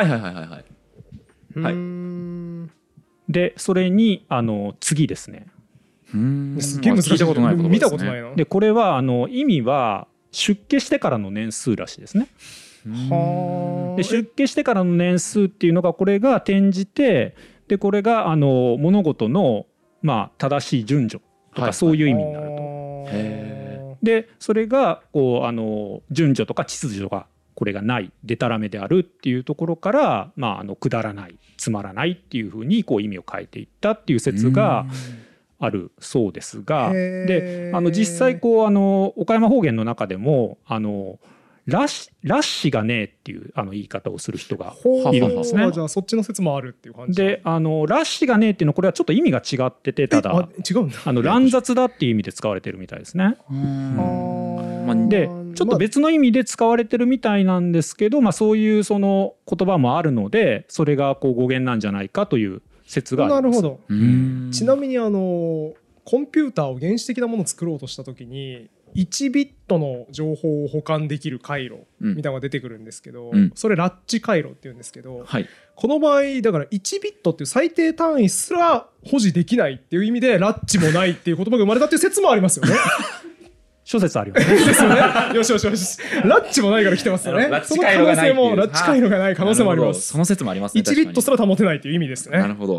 でそれに次ですね。 すげえ難しい。ことない見たことないな。 でこれは意味は出家してからの年数らしいですね。で出家してからの年数っていうのがこれが転じてでこれが物事の正しい順序とかそういう意味になると。でそれがこう順序とか秩序がこれがないでたらめであるっていうところから、くだらないつまらないっていうふうにこう意味を変えていったっていう説があるそうですが、で実際こう岡山方言の中でもラッシがねえっていう言い方をする人がいるんですね。 じゃあそっちの説もあるっていう感じでラッシがねえっていうのはこれはちょっと意味が違ってて、ただ違うんだ乱雑だっていう意味で使われてるみたいですね。でちょっと別の意味で使われてるみたいなんですけど、そういうその言葉もあるのでそれがこう語源なんじゃないかという説があります。 なるほど。ちなみにコンピューターを原始的なものを作ろうとした時に1ビットの情報を保管できる回路みたいなのが出てくるんですけど、それラッチ回路っていうんですけど、この場合だから1ビットっていう最低単位すら保持できないっていう意味でラッチもないっていう言葉が生まれたっていう説もありますよね。 諸説ありますね。 ですよね。よしよしよし。ラッチもないから来てますよね。 ラッチ回路がない。 ラッチ回路がない可能性もあります。 その説もありますね。 1ビットすら保てないという意味ですね。 なるほど。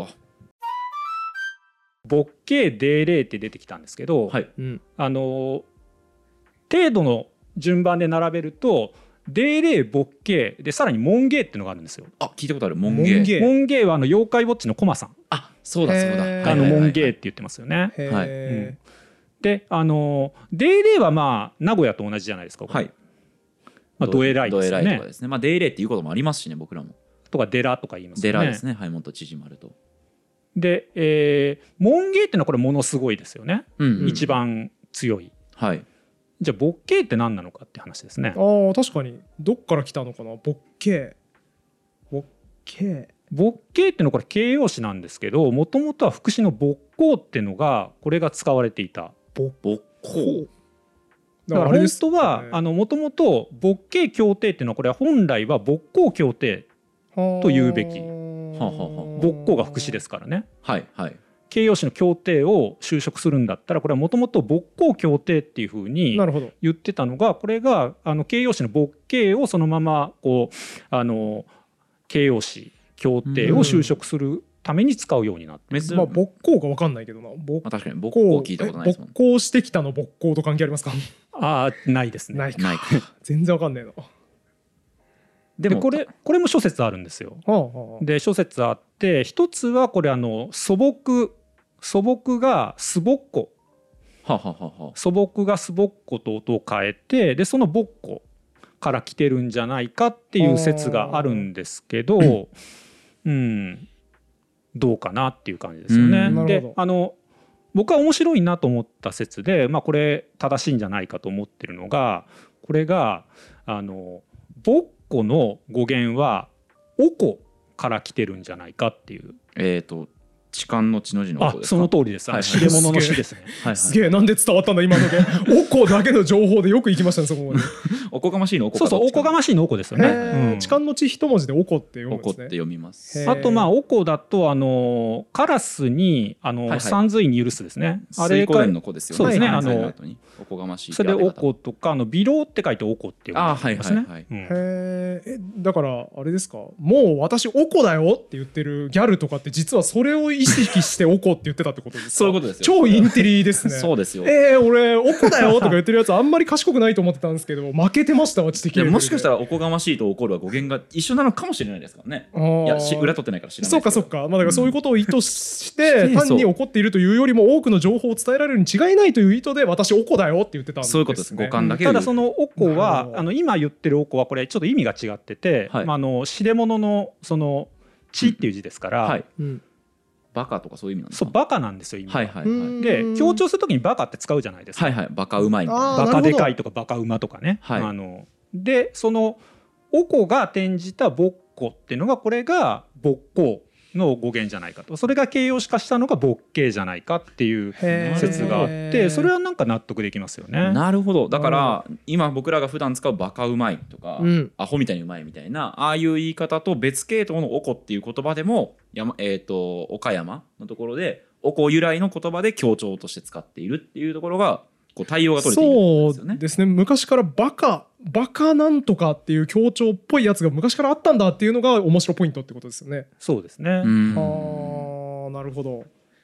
ボッケーデーレーって出てきたんですけど、程度の順番で並べるとデーレーボッケーでさらにモンゲーっていうのがあるんですよ。 聞いたことある。モンゲー。 モンゲーは妖怪ウォッチのコマさん。 そうだそうだ。 モンゲーって言ってますよね。でデーレーは名古屋と同じじゃないですか。ドエライですね。 ドエライとかですね。デーレーっていうこともありますしね、僕らも。 とかデラとか言いますよね。 デラですね。もっと縮まると。 で、モンゲーってのはこれものすごいですよね。一番強い。じゃあボッケーって何なのかって話ですね。 確かにどっから来たのかな。ボッケーってのはこれ形容詞なんですけど、もともとは副詞の勃興ってのがこれが使われていた。 勃興だから本当はもともと勃慶協定っていうのはこれは本来は勃興協定と言うべき。勃興が副詞ですからね。形容詞の協定を修飾するんだったらこれはもともと勃興協定っていうふうに言ってたのが、これが形容詞の勃慶をそのままこう形容詞協定を修飾するために使うようになって。 勃興が分かんないけどな。 確かに勃興聞いたことないですもん。 勃興してきたの勃興と関係ありますか。 ないですね。 ないか。全然分かんないの。 でこれも諸説あるんですよ。で諸説あって一つはこれ素朴がすぼっこ。素朴がすぼっこと音を変えてでそのぼっこから来てるんじゃないかっていう説があるんですけど、どうかなっていう感じですよね。で僕は面白いなと思った説で、これ正しいんじゃないかと思ってるのが、これがぼっこの語源はおこから来てるんじゃないかっていう。 痴漢の血の字のおこですか。 その通りです。知れ物の詩ですね。 すげえ、なんで伝わったんだ今ので。おこだけの情報でよく行きましたねそこまで。 おこがましいのおこ。 そうおこがましいのおこですよね。 痴漢の血一文字でおこって読むんですね。 おこって読みます。 あとおこだとカラスに三髄に許すですね。 あれ水の子ですよね。 そうですね。 おこがましい。 それでおことか微漏って書いておこって読みますね。 だからあれですか。もう私おこだよって言ってるギャルとかって実はそれを意識しておこって言ってたってことですか。 そういうことですよ。 超インテリですね。 そうですよ。 俺おこだよとか言ってるやつあんまり賢くないと思ってたんですけど負けてましたわ知的に。 もしかしたらおこがましいと怒るは語源が一緒なのかもしれないですからね。いや裏取ってないから知らないですけど。 そうか。だからそういうことを意図して単に怒っているというよりも多くの情報を伝えられるに違いないという意図で私おこだよって言ってたんですね。 そういうことです。語感だけ。 ただそのおこは今言ってるおこはこれちょっと意味が違ってて、知れ物のその知っていう字ですから。 バカとかそういう意味なんですか。 そうバカなんですよ今。で強調するときにバカって使うじゃないですか。 バカうまいみたいな。 バカでかいとかバカうまとかね。でそのおこが転じたぼっこっていうのがこれがぼっこの語源じゃないかと。それが形容詞化したのがぼっけじゃないかっていう説があってそれはなんか納得できますよね。 なるほど。だから今僕らが普段使うバカうまいとか、アホみたいにうまいみたいなああいう言い方と別系統のおこっていう言葉でも岡山のところでおこ由来の言葉で強調として使っているっていうところがこう対応が取れているんですよね。 そうですね。昔からバカなんとかっていう強調っぽいやつが昔からあったんだっていうのが面白ポイントってことですよね。 そうですね。 なるほど。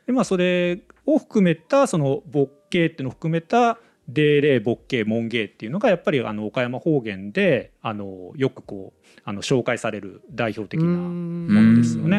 でそれを含めたそのボッケーっていうのを含めたデーレーボッケーモンゲーっていうのがやっぱり岡山方言でよくこう紹介される代表的なものですよね。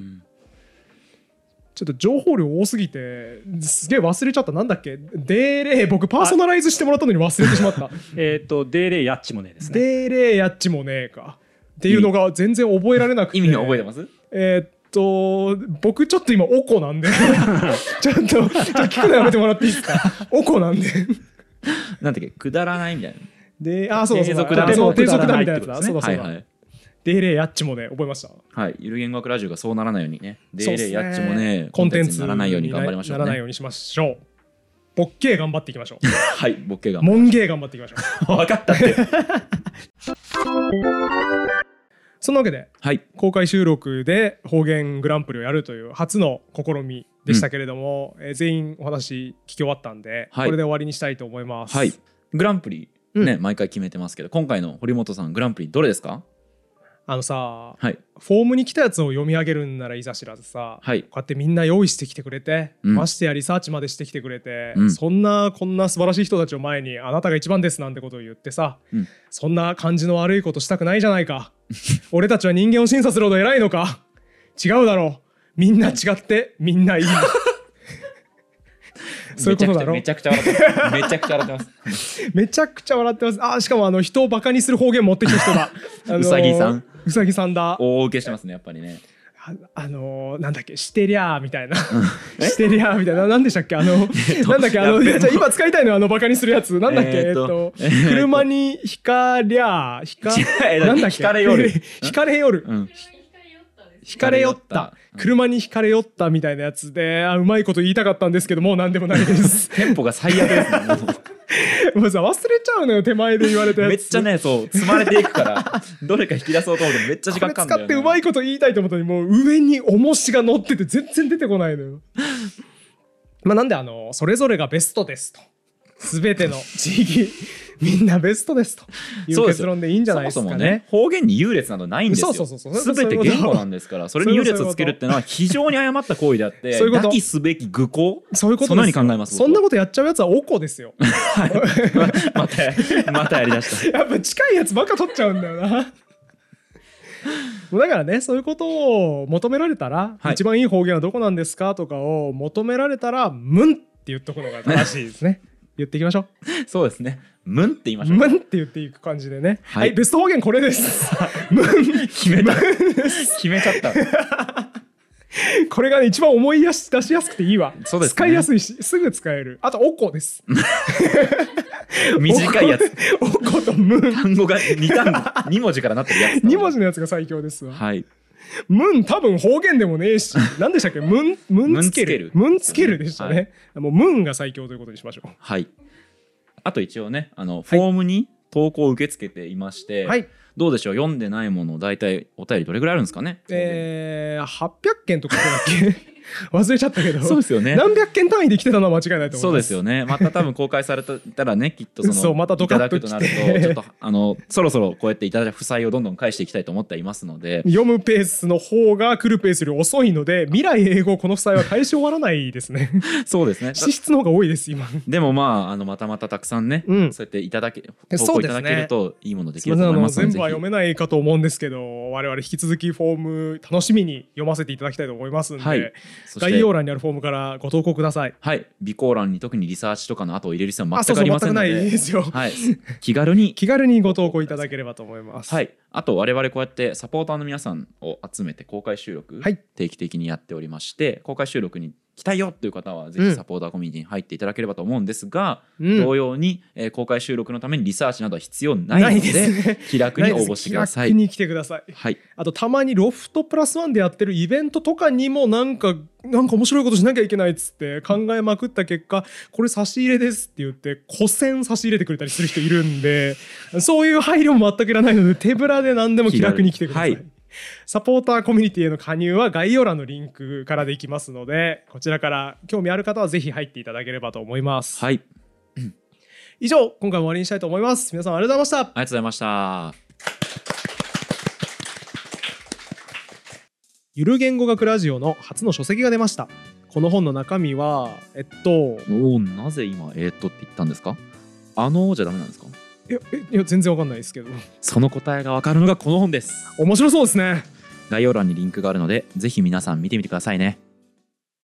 ちょっと情報量多すぎてすげえ忘れちゃった。なんだっけ、デーレー、僕パーソナライズしてもらったのに忘れてしまったデーレーやっちもねえですね。 デーレーやっちもねえかっていうのが全然覚えられなくて。 意味は覚えてます？ 僕ちょっと今おこなんでちょっと聞くのやめてもらっていいですかおこなんでなんだっけ、くだらないみたいなで、そう低俗だみたいなやつだ。そうだはいはい。 デーレーやっちもね覚えました。 はい、ゆる言語学ラジオがそうならないようにね、デーレーやっちもねコンテンツにならないように頑張りましょうね。 ならないようにしましょう。ボッケー頑張っていきましょうはいボッケーがモンゲー頑張っていきましょう分かったってそんなわけで、 はい、 公開収録で方言グランプリをやるという初の試みでしたけれども、全員お話聞き終わったんで、これで終わりにしたいと思います。 はい、グランプリね、毎回決めてますけど、今回の堀本さんグランプリどれですか？ フォームに来たやつを読み上げるんならいざ知らずさ、こうやってみんな用意してきてくれて、ましてやリサーチまでしてきてくれて、こんな素晴らしい人たちを前にあなたが一番ですなんてことを言ってさ、そんな感じの悪いことしたくないじゃないか俺たちは人間を審査するほど偉いのか。違うだろう、みんな違ってみんないいそういうことだろ。 めちゃくちゃ笑ってますめちゃくちゃ笑ってますめちゃくちゃ笑ってます。しかも人をバカにする方言持ってきた人だうさぎさん、 うさぎさんだ。 大受けしてますねやっぱりね。 なんだっけ、してりゃーみたいなしてりゃーみたいな、なんでしたっけ、なんだっけ、じゃあ今使いたいのはバカにするやつなんだっけ、車にひかりゃーなんだっけ、ひかれよるひかれよるひかれよった車にひかれよったみたいなやつで、うまいこと言いたかったんですけどもうなんでもないですテンポが最悪ですねもうさ忘れちゃうのよ、手前で言われたやつめっちゃね、そう積まれていくからどれか引き出そうと思ってめっちゃ時間かかるんだよね。 これ使ってうまいこと言いたいと思ったのにもう上に重しが乗ってて全然出てこないのよなんでそれぞれがベストですと、全ての地域みんなベストですという結論でいいんじゃないですかね。 そもそもね、方言に優劣などないんですよ。全て言語なんですから、それに優劣をつけるっていうのは非常に誤った行為であって妥協すべき愚行、 そういうことです。 そのように考えます。 そんなことやっちゃうやつはおこですよまたやりだしたやっぱ近いやつばっか取っちゃうんだよなだからね、そういうことを求められたら、一番いい方言はどこなんですかとかを求められたらムンって言っとくのが正しいですね言っていきましょう。 そうですね、ムンって言いましょう。 ムンって言っていく感じでね。はい、ベスト方言これですムン決めちゃったこれがね一番思い出しやすくていいわ。 そうですね、 使いやすいしすぐ使える。あとおこです短いやつおことムン、 単語が2文字からなってるやつ 2文字のやつが最強ですわ。 はい、 ムン多分方言でもねえし何でしたっけ、ムンつけるでしたね、もうムンが最強ということにしましょう。はい、 あと一応ねフォームに投稿を受け付けていまして、どうでしょう、読んでないもの大体お便りどれぐらいあるんですかね。 800件とかだっけ忘れちゃったけど、 そうですよね、 何百件単位で来てたのは間違いないと思います。 そうですよね。また多分公開されたらねきっとそうまたドカッといただくとなるとちょっとそろそろこうやっていただいた負債をどんどん返していきたいと思っていますので、 読むペースの方が来るペースより遅いので未来永劫この負債は返し終わらないですねそうですね、 支出の方が多いです今。 でもまたたくさんね、そうやって投稿いただけるといいものできると思いますので、 全部は読めないかと思うんですけど、我々引き続きフォーム楽しみに読ませていただきたいと思いますので、概要欄にあるフォームからご投稿ください。 はい、備考欄に特にリサーチとかの後を入れる必要は全くありませんので、 全くないですよ、 はい、気軽にご投稿いただければと思います。 はい、あと我々こうやってサポーターの皆さんを集めて公開収録、定期的にやっておりまして、公開収録に来たいよっていう方はぜひサポーターコミュニティに入っていただければと思うんですが、同様に、公開収録のためにリサーチなどは必要ないので気楽に応募してください。 気楽に来てください。 はい、 あとたまにロフトプラスワンでやってるイベントとかにもなんか面白いことしなきゃいけないっつって考えまくった結果、これ差し入れですって言って古銭差し入れてくれたりする人いるんでそういう配慮も全くいらないので手ぶらで何でも気楽に来てください。サポーターコミュニティへの加入は概要欄のリンクからできますので、こちらから興味ある方はぜひ入っていただければと思います。 はい、 以上今回も終わりにしたいと思います。皆さんありがとうございました。ありがとうございました。 ゆる言語学ラジオの初の書籍が出ました。 この本の中身はなぜ今って言ったんですか？じゃダメなんですか？ いや全然わかんないですけど、 その答えがわかるのがこの本です。 面白そうですね。 概要欄にリンクがあるのでぜひ皆さん見てみてくださいね。